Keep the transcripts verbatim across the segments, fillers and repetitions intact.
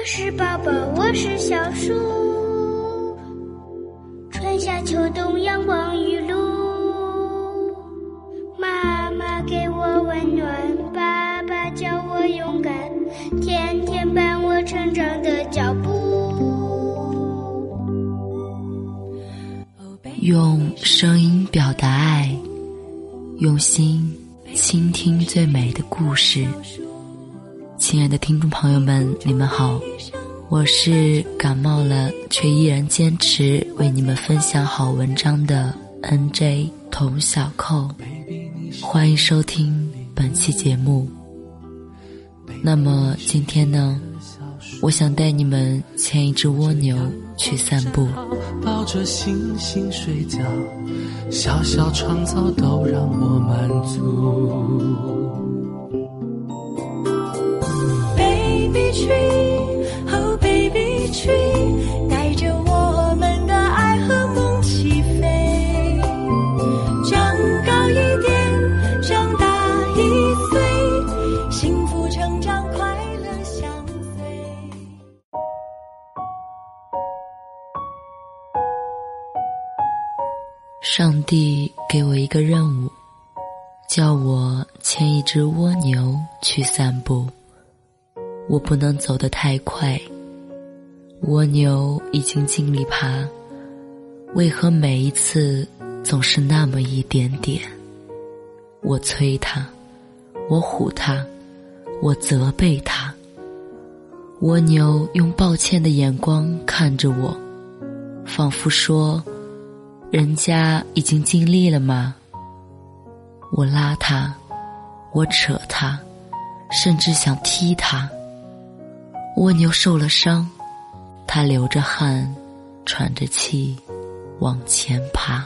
是宝宝，我是小树，春夏秋冬阳光雨露，妈妈给我温暖，爸爸教我勇敢，天天伴我成长的脚步。 用声音表达爱，用心倾听最美的故事。亲爱的听众朋友们，你们好，我是感冒了却依然坚持为你们分享好文章的 N J 童小扣，欢迎收听本期节目。那么今天呢，我想带你们牵一只蜗牛去散步， 抱着星星睡觉，小小创造都让我满足。Baby tree, oh baby tree， 带着我们的爱和梦起飞，长高一点，长大一岁，幸福成长，快乐相随。 上帝给我一个任务，叫我牵一只蜗牛去散步。我不能走得太快，蜗牛已经尽力爬，为何每一次总是那么一点点？我催它，我唬它，我责备它。蜗牛用抱歉的眼光看着我，仿佛说，人家已经尽力了吗？我拉它，我扯它，甚至想踢它。蜗牛受了伤，它流着汗，喘着气，往前爬。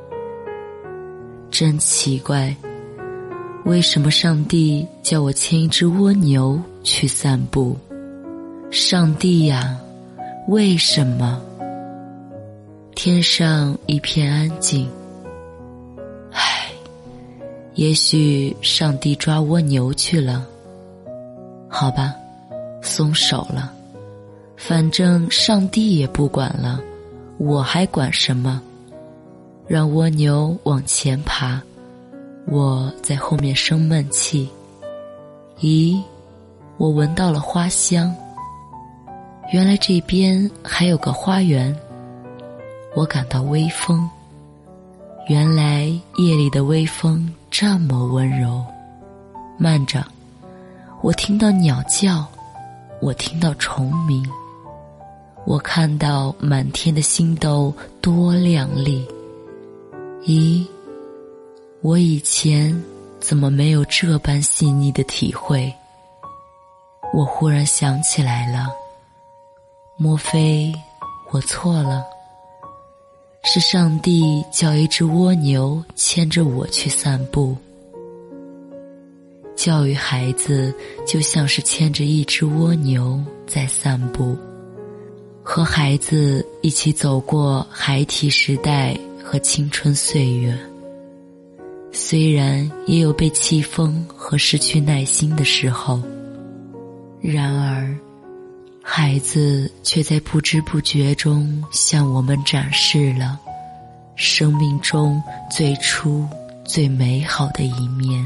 真奇怪，为什么上帝叫我牵一只蜗牛去散步？上帝呀，为什么？天上一片安静。唉，也许上帝抓蜗牛去了。好吧，松手了，反正上帝也不管了，我还管什么？让蜗牛往前爬，我在后面生闷气。咦，我闻到了花香，原来这边还有个花园。我感到微风，原来夜里的微风这么温柔。慢着，我听到鸟叫，我听到虫鸣，我看到满天的星斗多亮丽。咦，我以前怎么没有这般细腻的体会？我忽然想起来了，莫非我错了？是上帝叫一只蜗牛牵着我去散步。教育孩子就像是牵着一只蜗牛在散步，和孩子一起走过孩提时代和青春岁月。虽然也有被气疯和失去耐心的时候，然而孩子却在不知不觉中向我们展示了生命中最初最美好的一面。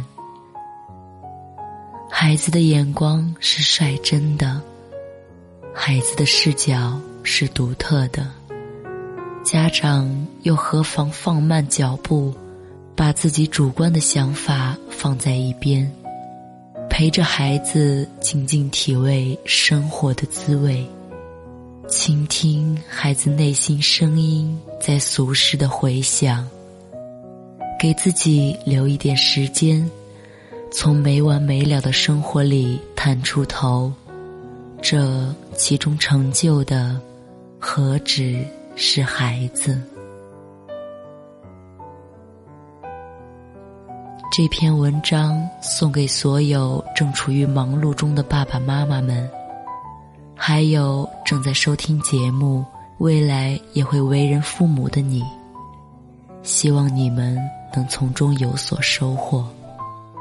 孩子的眼光是率真的，孩子的视角是独特的，家长又何妨放慢脚步，把自己主观的想法放在一边，陪着孩子静静体味生活的滋味，倾听孩子内心声音在俗世的回响，给自己留一点时间，从没完没了的生活里探出头，这其中成就的何止是孩子？这篇文章送给所有正处于忙碌中的爸爸妈妈们，还有正在收听节目，未来也会为人父母的你，希望你们能从中有所收获。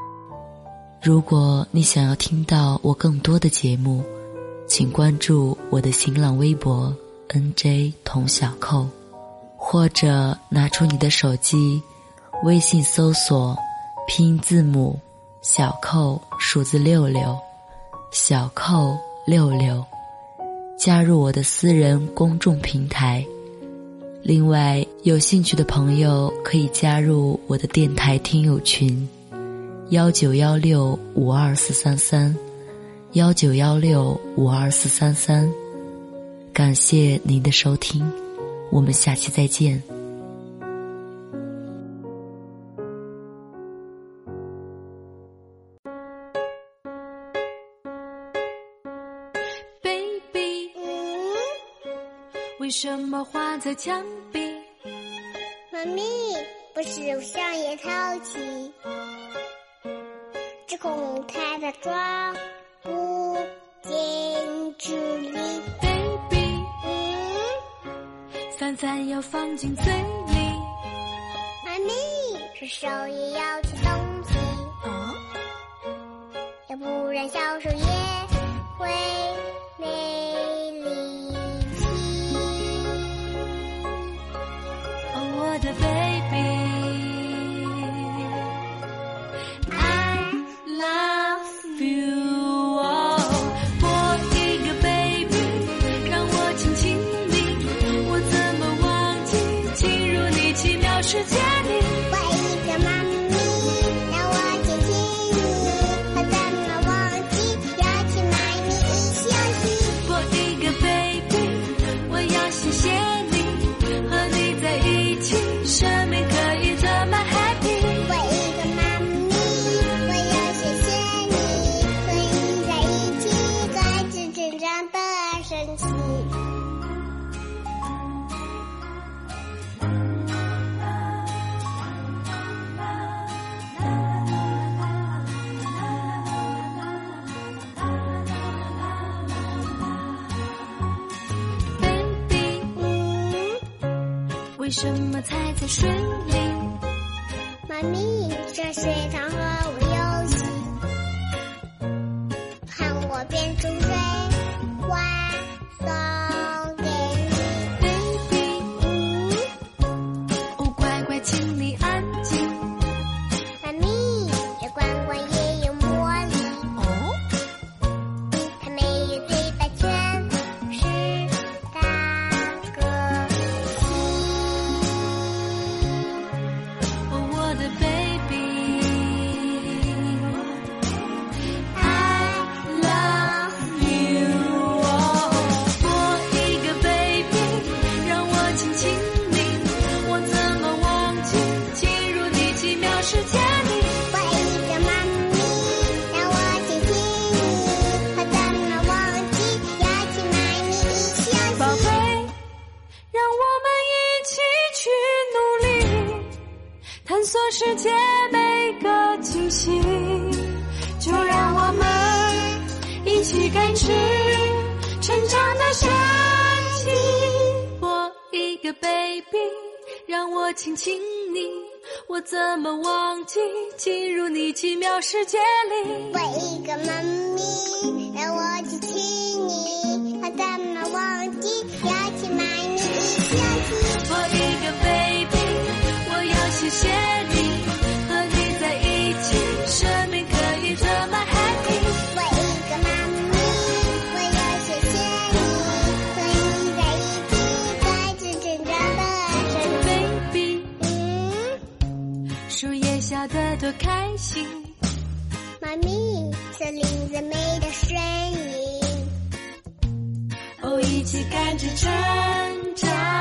如果你想要听到我更多的节目，请关注我的新浪微博 N J 童小扣，或者拿出你的手机，微信搜索拼音字母小扣数字六六，小扣六六，加入我的私人公众平台。另外，有兴趣的朋友可以加入我的电台听友群幺九幺六五二四三三幺九幺六五二四三三。感谢您的收听，我们下期再见。 为什么画在墙壁？ 妈咪，不是想也淘气，只恐太大装不进纸里。 Baby， 嗯， 饭饭要放进嘴里。 妈咪，是手也要吃东西， 哦， 要不然小手也会没力气。 哦，我的 baby， I love you。哦，我一个 baby， 让我亲亲你，我怎么忘记进入你奇妙世界里？ 我一个妈咪，让我亲亲你，我怎么忘记要去买你一箱西？ 我一个 baby， 我要谢谢你，和你在一起，生命可以这么 happy。 我一个妈咪，我要谢谢你，和你在一起，孩子成长的神奇。 为什么踩在水里？ 妈咪，这水塘和我游戏，看我变出水花送给你。 Baby， 嗯， 哦，乖乖，请你安静。 妈咪，这罐罐也有魔力， 哦， 它没有嘴巴，全是大个心。 哦，我的 baby，I love you。哦，我一个 baby， 让我亲亲你，我怎么忘记进入你奇妙世界里？ 我一个妈咪，让我亲亲你，我怎么忘记要去买你一箱宝西？ 贝，让我们一起去努力，探索世界每个惊喜，就让我们一起感知成长的神奇。我一个 baby， 让我亲亲你，我怎么忘记进入你奇妙世界里？ 我一个妈咪，让我亲亲你，我怎么忘记要去买你一箱西？ 我一个 baby， 我要谢谢你，和你在一起，生命可以这么 happy。 我一个妈咪，我要谢谢你，和你在一起，孩子成长的神奇。 baby， 嗯， 树叶笑得多开心。 妈咪，森林最美的身影。 哦，一起感知成长。